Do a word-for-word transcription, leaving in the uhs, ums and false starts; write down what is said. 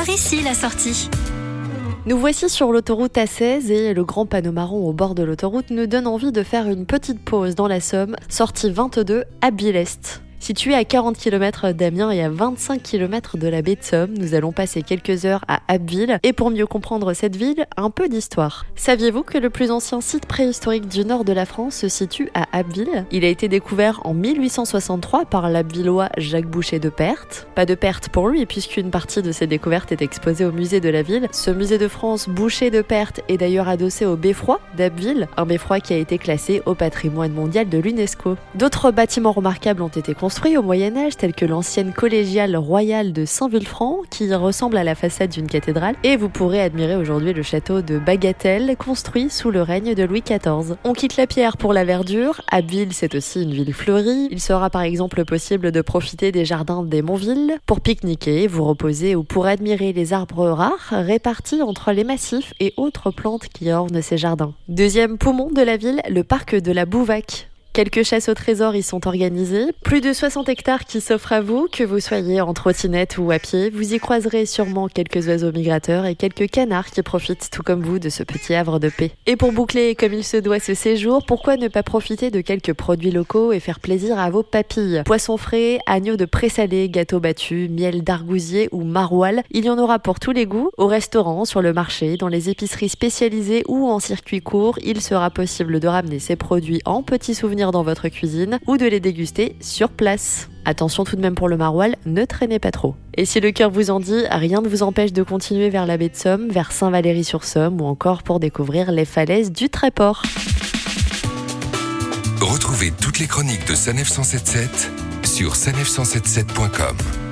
Par ici, la sortie. Nous voici sur l'autoroute A seize et le grand panneau marron au bord de l'autoroute nous donne envie de faire une petite pause dans la Somme, sortie vingt-deux à Biel-Est. Situé à quarante kilomètres d'Amiens et à vingt-cinq kilomètres de la baie de Somme, nous allons passer quelques heures à Abbeville. Et pour mieux comprendre cette ville, un peu d'histoire. Saviez-vous que le plus ancien site préhistorique du nord de la France se situe à Abbeville ? Il a été découvert en mille huit cent soixante-trois par l'Abbvillois Jacques Boucher de Perthes. Pas de perte pour lui puisqu'une partie de ses découvertes est exposée au musée de la ville. Ce musée de France Boucher de Perthes est d'ailleurs adossé au beffroi d'Abbeville, un beffroi qui a été classé au patrimoine mondial de l'UNESCO. D'autres bâtiments remarquables ont été construits construit au Moyen-Âge, telle que l'ancienne collégiale royale de Saint-Vulfranc, qui ressemble à la façade d'une cathédrale, et vous pourrez admirer aujourd'hui le château de Bagatelle, construit sous le règne de Louis quatorze. On quitte la pierre pour la verdure. Abbeville, c'est aussi une ville fleurie. Il sera par exemple possible de profiter des jardins d'Hémonville pour pique-niquer, vous reposer ou pour admirer les arbres rares répartis entre les massifs et autres plantes qui ornent ces jardins. Deuxième poumon de la ville, le parc de la Bouvac. Quelques chasses au trésor y sont organisées. Plus de soixante hectares qui s'offrent à vous, que vous soyez en trottinette ou à pied. Vous y croiserez sûrement quelques oiseaux migrateurs et quelques canards qui profitent tout comme vous de ce petit havre de paix. Et pour boucler comme il se doit ce séjour, pourquoi ne pas profiter de quelques produits locaux et faire plaisir à vos papilles ? Poissons frais, agneaux de présalé, gâteaux battus, miel d'argousier ou maroilles. Il y en aura pour tous les goûts. Au restaurant, sur le marché, dans les épiceries spécialisées ou en circuit court, il sera possible de ramener ces produits en petits souvenirs dans votre cuisine ou de les déguster sur place. Attention tout de même pour le maroilles, ne traînez pas trop. Et si le cœur vous en dit, rien ne vous empêche de continuer vers la baie de Somme, vers Saint-Valery-sur-Somme ou encore pour découvrir les falaises du Tréport. Retrouvez toutes les chroniques de Sanef cent soixante-dix-sept sur sanef cent soixante-dix-sept point com.